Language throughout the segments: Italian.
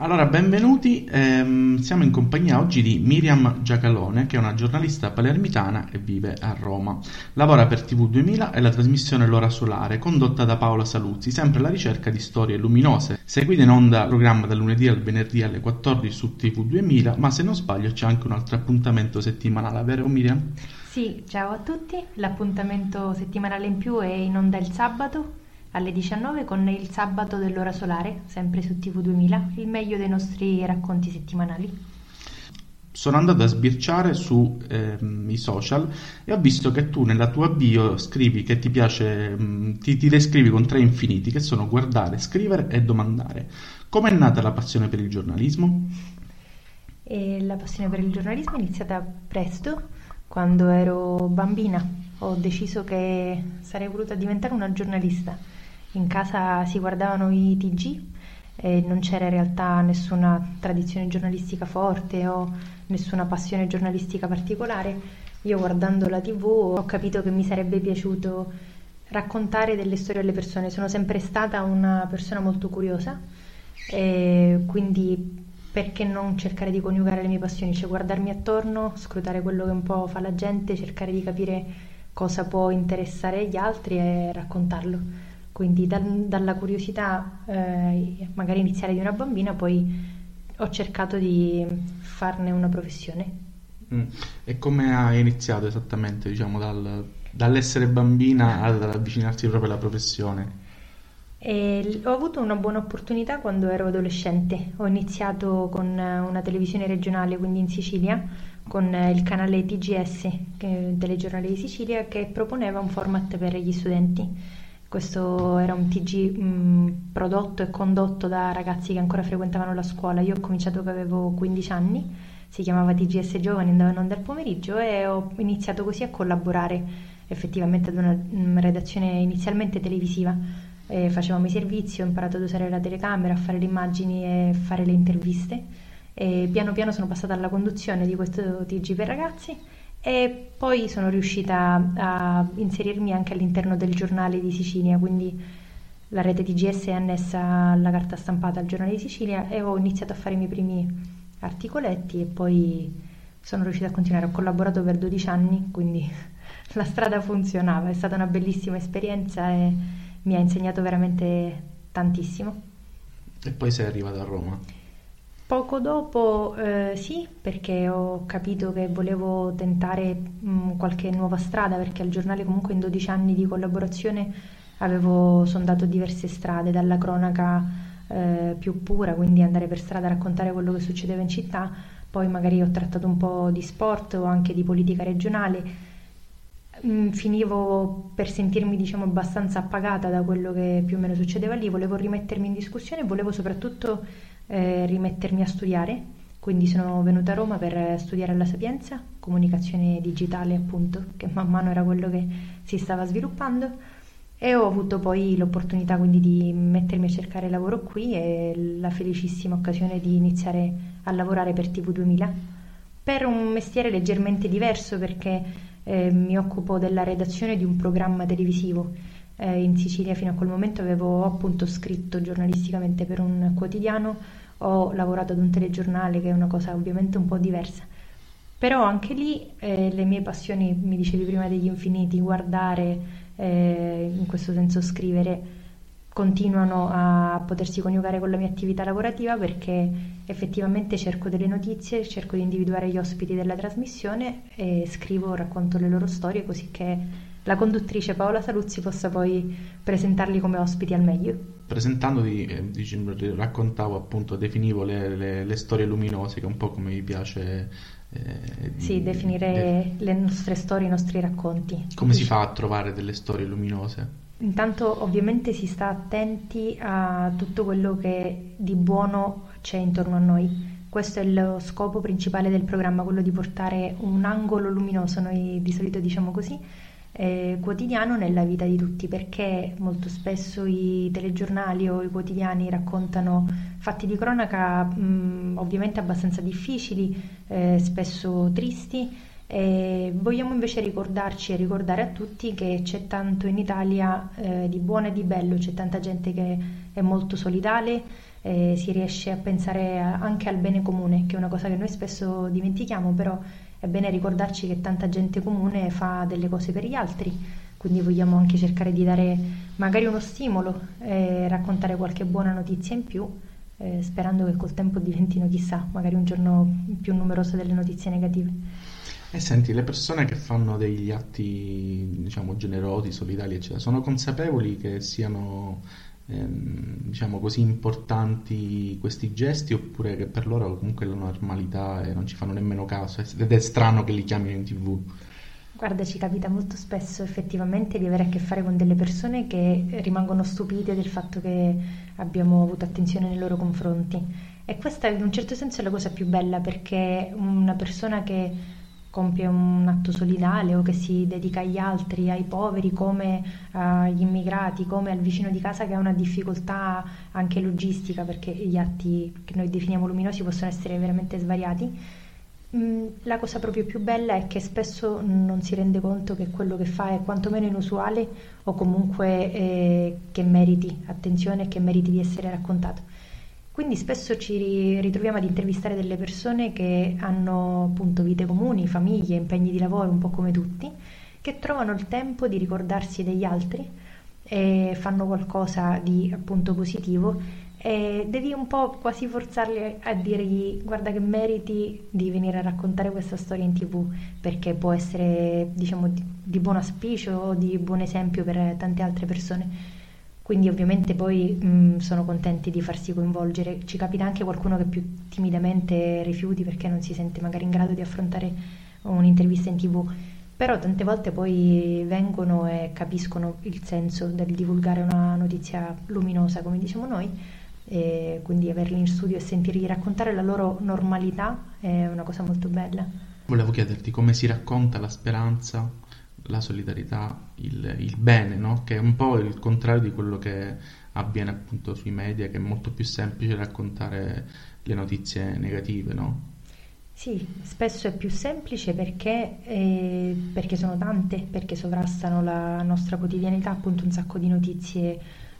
Allora, benvenuti. Siamo in compagnia oggi di Miriam Giacalone, che è una giornalista palermitana e vive a Roma. Lavora per TV 2000 e la trasmissione L'Ora Solare, condotta da Paola Saluzzi, sempre alla ricerca di storie luminose. Seguita in onda il programma dal lunedì al venerdì alle 14 su TV 2000, ma se non sbaglio c'è anche un altro appuntamento settimanale, vero Miriam? Sì, ciao a tutti. L'appuntamento settimanale in più è in onda il sabato alle 19 con il sabato dell'ora solare, sempre su TV 2000, il meglio dei nostri racconti settimanali. Sono andato a sbirciare su i social e ho visto che tu nella tua bio scrivi che ti piace, ti descrivi con tre infiniti, che sono guardare, scrivere e domandare. Com'è nata la passione per il giornalismo? E la passione per il giornalismo è iniziata presto, quando ero bambina. Ho deciso che sarei voluta diventare una giornalista. In casa si guardavano i TG e non c'era in realtà nessuna tradizione giornalistica forte o nessuna passione giornalistica particolare. Io guardando la TV ho capito che mi sarebbe piaciuto raccontare delle storie alle persone. Sono sempre stata una persona molto curiosa e quindi perché non cercare di coniugare le mie passioni, cioè guardarmi attorno, scrutare quello che un po' fa la gente, cercare di capire cosa può interessare gli altri e raccontarlo. Quindi dalla curiosità magari iniziale di una bambina poi ho cercato di farne una professione. E come hai iniziato esattamente, diciamo, dall'essere bambina ad avvicinarti proprio alla professione? E ho avuto una buona opportunità quando ero adolescente. Ho iniziato con una televisione regionale, quindi in Sicilia, con il canale TGS, Telegiornale di Sicilia, che proponeva un format per gli studenti. Questo era un TG prodotto e condotto da ragazzi che ancora frequentavano la scuola. Io ho cominciato che avevo 15 anni, si chiamava TGS Giovani, andava in onda al pomeriggio e ho iniziato così a collaborare effettivamente ad una redazione inizialmente televisiva. Facevamo i servizi, ho imparato ad usare la telecamera, a fare le immagini e fare le interviste. E piano piano sono passata alla conduzione di questo TG per ragazzi e poi sono riuscita a inserirmi anche all'interno del giornale di Sicilia, quindi la rete TGS è annessa alla carta stampata al giornale di Sicilia e ho iniziato a fare i miei primi articoletti e poi sono riuscita a continuare. Ho collaborato per 12 anni, quindi la strada funzionava, è stata una bellissima esperienza e mi ha insegnato veramente tantissimo. E poi sei arrivata a Roma. Poco dopo sì, perché ho capito che volevo tentare qualche nuova strada, perché al giornale comunque in 12 anni di collaborazione avevo sondato diverse strade, dalla cronaca più pura, quindi andare per strada a raccontare quello che succedeva in città, poi magari ho trattato un po' di sport o anche di politica regionale. Finivo per sentirmi, diciamo, abbastanza appagata da quello che più o meno succedeva lì, volevo rimettermi in discussione e volevo soprattutto rimettermi a studiare, quindi sono venuta a Roma per studiare alla Sapienza, comunicazione digitale appunto, che man mano era quello che si stava sviluppando e ho avuto poi l'opportunità quindi di mettermi a cercare lavoro qui e la felicissima occasione di iniziare a lavorare per TV 2000 per un mestiere leggermente diverso perché mi occupo della redazione di un programma televisivo. In Sicilia fino a quel momento avevo appunto scritto giornalisticamente per un quotidiano, ho lavorato ad un telegiornale che è una cosa ovviamente un po' diversa, però anche lì le mie passioni, mi dicevi prima degli infiniti, guardare, in questo senso scrivere, continuano a potersi coniugare con la mia attività lavorativa perché effettivamente cerco delle notizie, cerco di individuare gli ospiti della trasmissione e scrivo, racconto le loro storie così che la conduttrice Paola Saluzzi possa poi presentarli come ospiti al meglio. Presentandoti, raccontavo appunto, definivo le storie luminose, che è un po' come mi piace. Sì, definire le nostre storie, i nostri racconti. Come si fa a trovare delle storie luminose? Intanto ovviamente si sta attenti a tutto quello che di buono c'è intorno a noi. Questo è lo scopo principale del programma, quello di portare un angolo luminoso, noi di solito diciamo così, quotidiano nella vita di tutti, perché molto spesso i telegiornali o i quotidiani raccontano fatti di cronaca ovviamente abbastanza difficili, spesso tristi. Vogliamo invece ricordarci e ricordare a tutti che c'è tanto in Italia di buono e di bello, c'è tanta gente che è molto solidale, si riesce a pensare anche al bene comune, che è una cosa che noi spesso dimentichiamo, però è bene ricordarci che tanta gente comune fa delle cose per gli altri, quindi vogliamo anche cercare di dare magari uno stimolo e raccontare qualche buona notizia in più, sperando che col tempo diventino, chissà, magari un giorno più numerose delle notizie negative. E senti, le persone che fanno degli atti, diciamo, generosi, solidali, eccetera, sono consapevoli che siano, diciamo così, importanti questi gesti, oppure che per loro comunque è la normalità e non ci fanno nemmeno caso, ed è strano che li chiamino in TV? Guarda, ci capita molto spesso effettivamente di avere a che fare con delle persone che rimangono stupite del fatto che abbiamo avuto attenzione nei loro confronti. E questa in un certo senso è la cosa più bella, perché una persona che compie un atto solidale o che si dedica agli altri, ai poveri come agli immigrati, come al vicino di casa che ha una difficoltà anche logistica, perché gli atti che noi definiamo luminosi possono essere veramente svariati. La cosa proprio più bella è che spesso non si rende conto che quello che fa è quantomeno inusuale o comunque che meriti attenzione e che meriti di essere raccontato. Quindi spesso ci ritroviamo ad intervistare delle persone che hanno appunto vite comuni, famiglie, impegni di lavoro un po' come tutti, che trovano il tempo di ricordarsi degli altri e fanno qualcosa di appunto positivo, e devi un po' quasi forzarli a dirgli: guarda che meriti di venire a raccontare questa storia in TV, perché può essere, diciamo, di buon auspicio o di buon esempio per tante altre persone. Quindi ovviamente poi sono contenti di farsi coinvolgere. Ci capita anche qualcuno che più timidamente rifiuti perché non si sente magari in grado di affrontare un'intervista in TV, però tante volte poi vengono e capiscono il senso del divulgare una notizia luminosa, come diciamo noi, e quindi averli in studio e sentirli raccontare la loro normalità è una cosa molto bella. Volevo chiederti come si racconta la speranza, la solidarietà, il bene, no? Che è un po' il contrario di quello che avviene appunto sui media, che è molto più semplice raccontare le notizie negative, no? Sì, spesso è più semplice perché sono tante, perché sovrastano la nostra quotidianità, appunto un sacco di notizie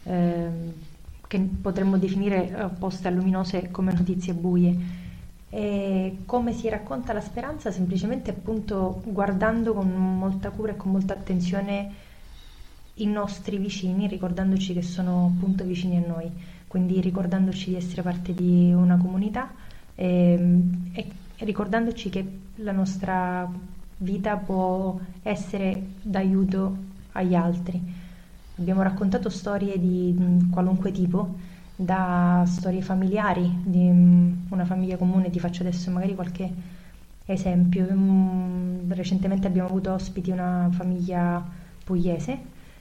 che potremmo definire opposte a luminose come notizie buie. E come si racconta la speranza? Semplicemente appunto guardando con molta cura e con molta attenzione i nostri vicini, ricordandoci che sono appunto vicini a noi, quindi ricordandoci di essere parte di una comunità e ricordandoci che la nostra vita può essere d'aiuto agli altri. Abbiamo raccontato storie di qualunque tipo, da storie familiari, di una famiglia comune. Ti faccio adesso magari qualche esempio. Recentemente abbiamo avuto ospiti una famiglia pugliese,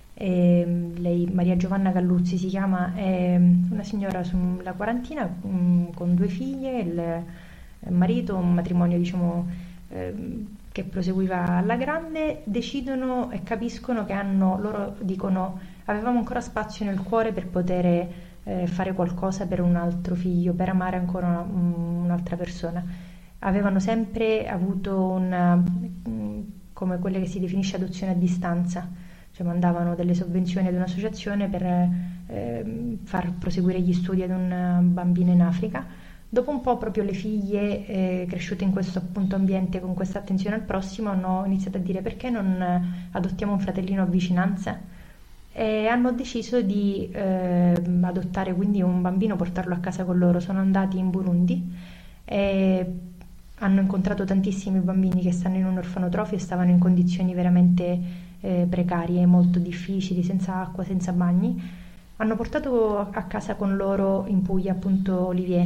lei, Maria Giovanna Galluzzi si chiama, è una signora sulla quarantina con 2 figlie, il marito, un matrimonio diciamo che proseguiva alla grande. Decidono e capiscono che loro dicono: avevamo ancora spazio nel cuore per poter fare qualcosa per un altro figlio, per amare ancora un'altra persona. Avevano sempre avuto come quelle che si definisce adozione a distanza, cioè mandavano delle sovvenzioni ad un'associazione per far proseguire gli studi ad un bambino in Africa. Dopo un po' proprio le figlie cresciute in questo appunto ambiente con questa attenzione al prossimo hanno iniziato a dire: perché non adottiamo un fratellino a vicinanza? E hanno deciso di adottare quindi un bambino, portarlo a casa con loro. Sono andati in Burundi e hanno incontrato tantissimi bambini che stanno in un orfanotrofio e stavano in condizioni veramente precarie, molto difficili, senza acqua, senza bagni. Hanno portato a casa con loro in Puglia appunto Olivier,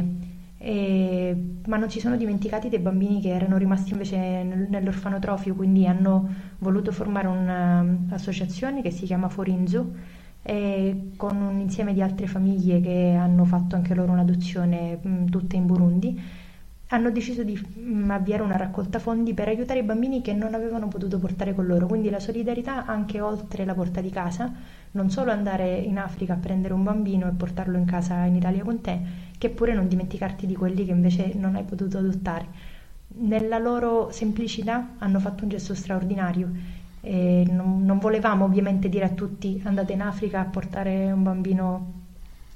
ma non si sono dimenticati dei bambini che erano rimasti invece nell'orfanotrofio, quindi hanno voluto formare un'associazione che si chiama Forinzu, con un insieme di altre famiglie che hanno fatto anche loro un'adozione, tutte in Burundi. Hanno deciso di avviare una raccolta fondi per aiutare i bambini che non avevano potuto portare con loro, quindi la solidarietà anche oltre la porta di casa, non solo andare in Africa a prendere un bambino e portarlo in casa in Italia con te, che pure non dimenticarti di quelli che invece non hai potuto adottare. Nella loro semplicità hanno fatto un gesto straordinario e non volevamo ovviamente dire a tutti: andate in Africa a portare un bambino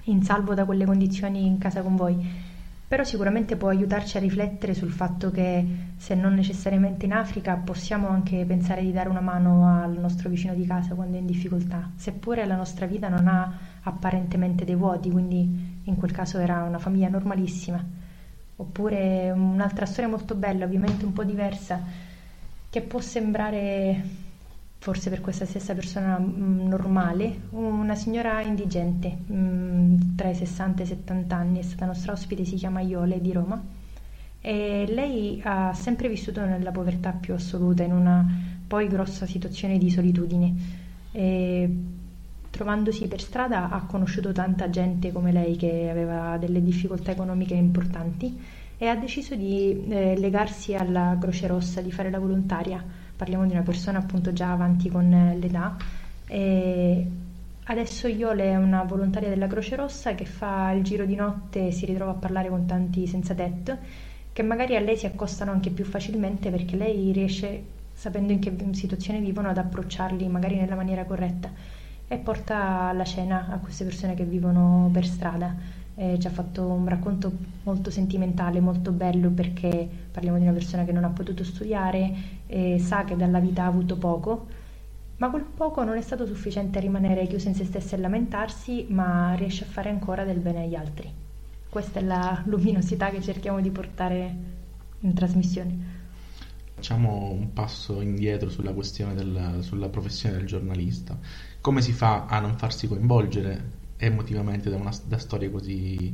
in salvo da quelle condizioni in casa con voi. Però sicuramente può aiutarci a riflettere sul fatto che se non necessariamente in Africa possiamo anche pensare di dare una mano al nostro vicino di casa quando è in difficoltà, seppure la nostra vita non ha apparentemente dei vuoti, quindi in quel caso era una famiglia normalissima. Oppure un'altra storia molto bella, ovviamente un po' diversa, che può sembrare forse per questa stessa persona normale, una signora indigente, tra i 60 e i 70 anni, è stata nostra ospite, si chiama Iole di Roma e lei ha sempre vissuto nella povertà più assoluta, in una poi grossa situazione di solitudine e trovandosi per strada ha conosciuto tanta gente come lei che aveva delle difficoltà economiche importanti e ha deciso di legarsi alla Croce Rossa, di fare la volontaria. Parliamo di una persona appunto già avanti con l'età e adesso Iole è una volontaria della Croce Rossa che fa il giro di notte e si ritrova a parlare con tanti senza tetto che magari a lei si accostano anche più facilmente perché lei riesce, sapendo in che situazione vivono, ad approcciarli magari nella maniera corretta e porta la cena a queste persone che vivono per strada. Ci ha fatto un racconto molto sentimentale, molto bello perché parliamo di una persona che non ha potuto studiare e sa che dalla vita ha avuto poco, ma quel poco non è stato sufficiente a rimanere chiusa in se stessa e lamentarsi, ma riesce a fare ancora del bene agli altri. Questa è la luminosità che cerchiamo di portare in trasmissione. Facciamo un passo indietro sulla questione sulla professione del giornalista. Come si fa a non farsi coinvolgere emotivamente da storie così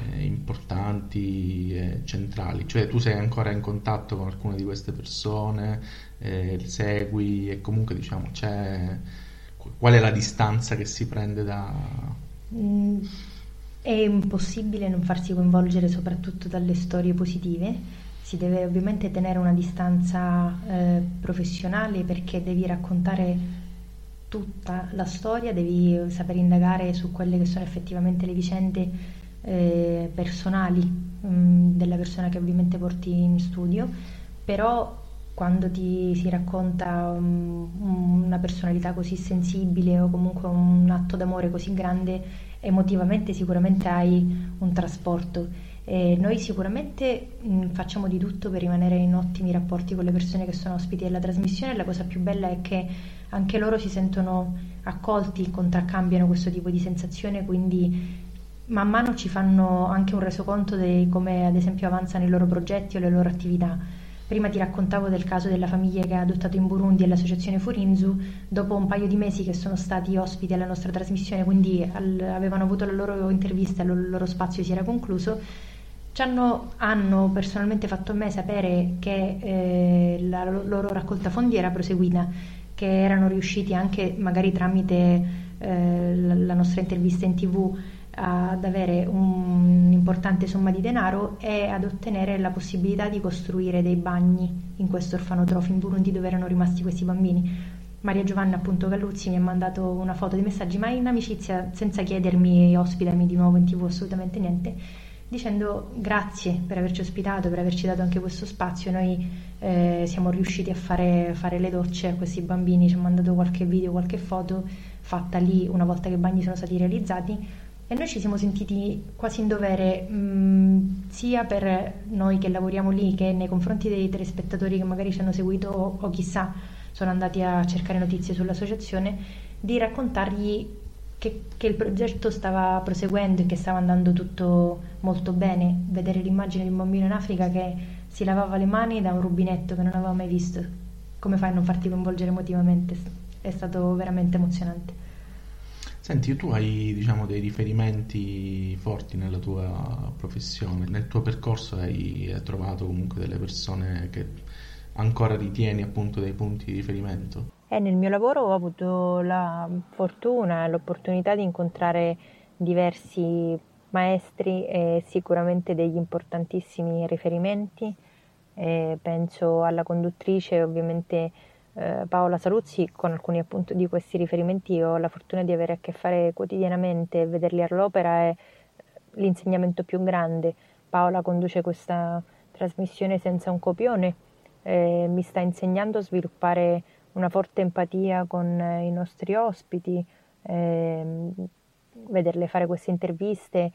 importanti e centrali? Cioè tu sei ancora in contatto con alcune di queste persone, le segui e comunque diciamo qual è la distanza che si prende da... Mm, È impossibile non farsi coinvolgere soprattutto dalle storie positive. Si deve ovviamente tenere una distanza professionale perché devi raccontare tutta la storia, devi saper indagare su quelle che sono effettivamente le vicende personali della persona che ovviamente porti in studio, però quando ti si racconta una personalità così sensibile o comunque un atto d'amore così grande, emotivamente sicuramente hai un trasporto. E noi sicuramente facciamo di tutto per rimanere in ottimi rapporti con le persone che sono ospiti della trasmissione. La cosa più bella è che anche loro si sentono accolti, contraccambiano questo tipo di sensazione, quindi man mano ci fanno anche un resoconto di come ad esempio avanzano i loro progetti o le loro attività. Prima ti raccontavo del caso della famiglia che ha adottato in Burundi e l'associazione Furinzu, dopo un paio di mesi che sono stati ospiti alla nostra trasmissione, quindi avevano avuto la loro intervista, il loro spazio si era concluso, hanno personalmente fatto a me sapere che la loro raccolta fondi era proseguita, che erano riusciti anche magari tramite la nostra intervista in TV ad avere un'importante somma di denaro e ad ottenere la possibilità di costruire dei bagni in questo orfanotrofio in Burundi dove erano rimasti questi bambini. Maria Giovanna appunto Galluzzi mi ha mandato una foto di messaggi, ma in amicizia, senza chiedermi ospitami di nuovo in TV, assolutamente niente, dicendo grazie per averci ospitato, per averci dato anche questo spazio. Noi siamo riusciti a fare le docce a questi bambini, ci ha mandato qualche video, qualche foto fatta lì una volta che i bagni sono stati realizzati e noi ci siamo sentiti quasi in dovere sia per noi che lavoriamo lì che nei confronti dei telespettatori che magari ci hanno seguito o chissà sono andati a cercare notizie sull'associazione, di raccontargli che il progetto stava proseguendo e che stava andando tutto molto bene. Vedere l'immagine di un bambino in Africa che si lavava le mani da un rubinetto che non aveva mai visto, come fai a non farti coinvolgere emotivamente? È stato veramente emozionante. Senti, tu hai, diciamo, dei riferimenti forti nella tua professione, nel tuo percorso hai trovato comunque delle persone che ancora ritieni appunto dei punti di riferimento? Nel mio lavoro ho avuto la fortuna e l'opportunità di incontrare diversi maestri e sicuramente degli importantissimi riferimenti. Penso alla conduttrice, ovviamente Paola Saluzzi, con alcuni appunto di questi riferimenti ho la fortuna di avere a che fare quotidianamente, vederli all'opera è l'insegnamento più grande. Paola conduce questa trasmissione senza un copione, mi sta insegnando a sviluppare una forte empatia con i nostri ospiti, vederle fare queste interviste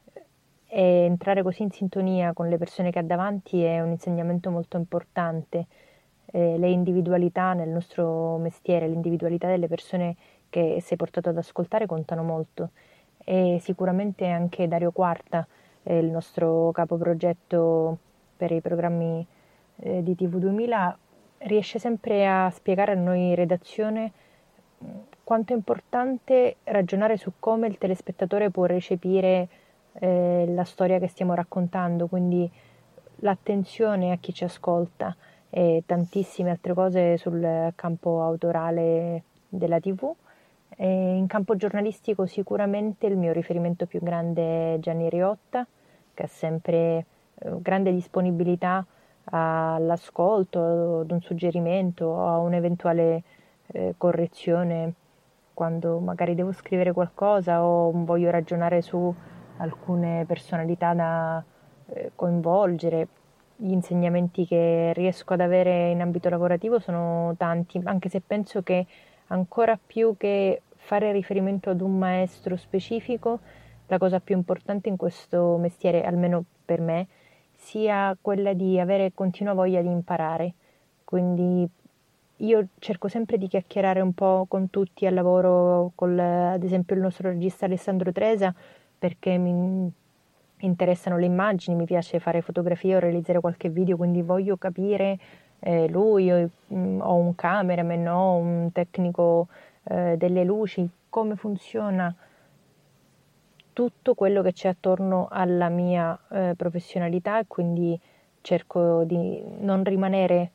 e entrare così in sintonia con le persone che ha davanti è un insegnamento molto importante. Le individualità nel nostro mestiere, l'individualità delle persone che sei portato ad ascoltare contano molto, e sicuramente anche Dario Quarta, il nostro capoprogetto per i programmi di TV 2000, riesce sempre a spiegare a noi redazione quanto è importante ragionare su come il telespettatore può recepire la storia che stiamo raccontando, quindi l'attenzione a chi ci ascolta e tantissime altre cose sul campo autorale della TV. E in campo giornalistico sicuramente il mio riferimento più grande è Gianni Riotta, che ha sempre grande disponibilità all'ascolto, ad un suggerimento, a un'eventuale correzione quando magari devo scrivere qualcosa o voglio ragionare su alcune personalità da coinvolgere. Gli insegnamenti che riesco ad avere in ambito lavorativo sono tanti, anche se penso che ancora più che fare riferimento ad un maestro specifico, la cosa più importante in questo mestiere, almeno per me, sia quella di avere continua voglia di imparare. Quindi io cerco sempre di chiacchierare un po' con tutti al lavoro, ad esempio il nostro regista Alessandro Tresa, perché mi interessano le immagini, mi piace fare fotografie o realizzare qualche video, quindi voglio capire lui, ho un cameraman, ho un tecnico delle luci, come funziona tutto quello che c'è attorno alla mia professionalità, e quindi cerco di non rimanere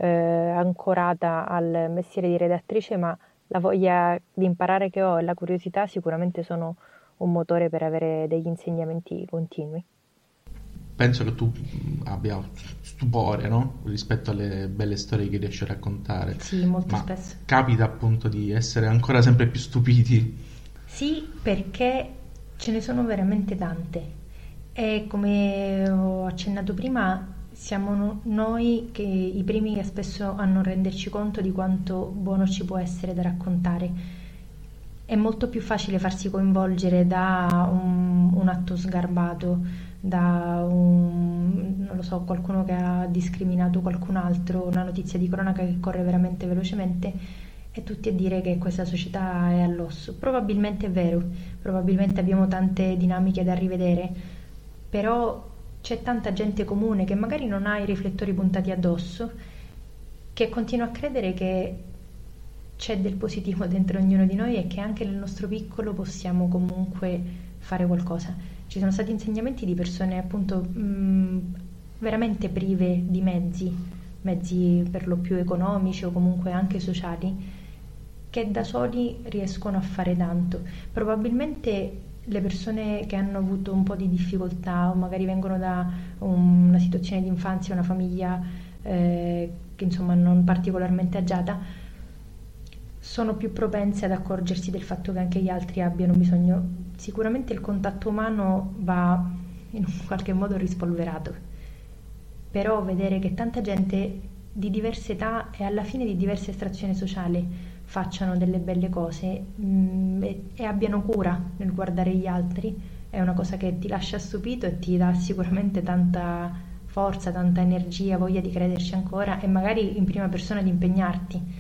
ancorata al mestiere di redattrice, ma la voglia di imparare che ho e la curiosità sicuramente sono un motore per avere degli insegnamenti continui. Penso che tu abbia stupore, no? Rispetto alle belle storie che riesci a raccontare. Sì, molto Ma spesso. capita appunto di essere ancora sempre più stupiti. Sì, perché ce ne sono veramente tante e come ho accennato prima siamo noi che i primi che spesso a non renderci conto di quanto buono ci può essere da raccontare. È molto più facile farsi coinvolgere da un atto sgarbato, da non lo so, qualcuno che ha discriminato qualcun altro, una notizia di cronaca che corre veramente velocemente, e tutti a dire che questa società è all'osso. Probabilmente è vero, probabilmente abbiamo tante dinamiche da rivedere, però c'è tanta gente comune che magari non ha i riflettori puntati addosso, che continua a credere che c'è del positivo dentro ognuno di noi e che anche nel nostro piccolo possiamo comunque fare qualcosa. Ci sono stati insegnamenti di persone appunto veramente prive di mezzi per lo più economici o comunque anche sociali, che da soli riescono a fare tanto. Probabilmente le persone che hanno avuto un po' di difficoltà o magari vengono da una situazione di infanzia, una famiglia che insomma non particolarmente agiata, sono più propense ad accorgersi del fatto che anche gli altri abbiano bisogno. Sicuramente il contatto umano va in un qualche modo rispolverato, però vedere che tanta gente di diverse età e alla fine di diversa estrazione sociale facciano delle belle cose e abbiano cura nel guardare gli altri è una cosa che ti lascia stupito e ti dà sicuramente tanta forza, tanta energia, voglia di crederci ancora e magari in prima persona di impegnarti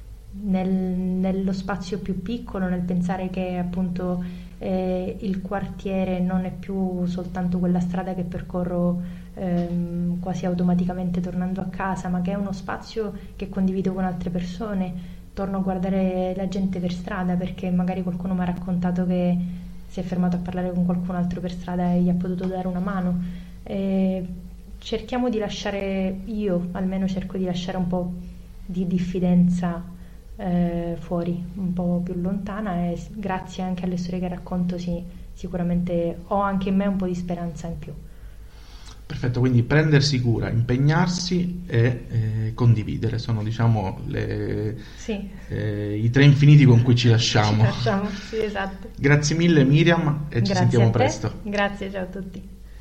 nello spazio più piccolo, nel pensare che appunto il quartiere non è più soltanto quella strada che percorro quasi automaticamente tornando a casa, ma che è uno spazio che condivido con altre persone. Torno a guardare la gente per strada perché magari qualcuno mi ha raccontato che si è fermato a parlare con qualcun altro per strada e gli ha potuto dare una mano. Cerchiamo di lasciare, io almeno cerco di lasciare un po' di diffidenza fuori, un po' più lontana, e grazie anche alle storie che racconto sicuramente ho anche in me un po' di speranza in più. Perfetto, quindi prendersi cura, impegnarsi e condividere sono diciamo i tre infiniti con cui ci lasciamo. Sì, esatto. Grazie mille Miriam e ci sentiamo presto. Grazie, ciao a tutti.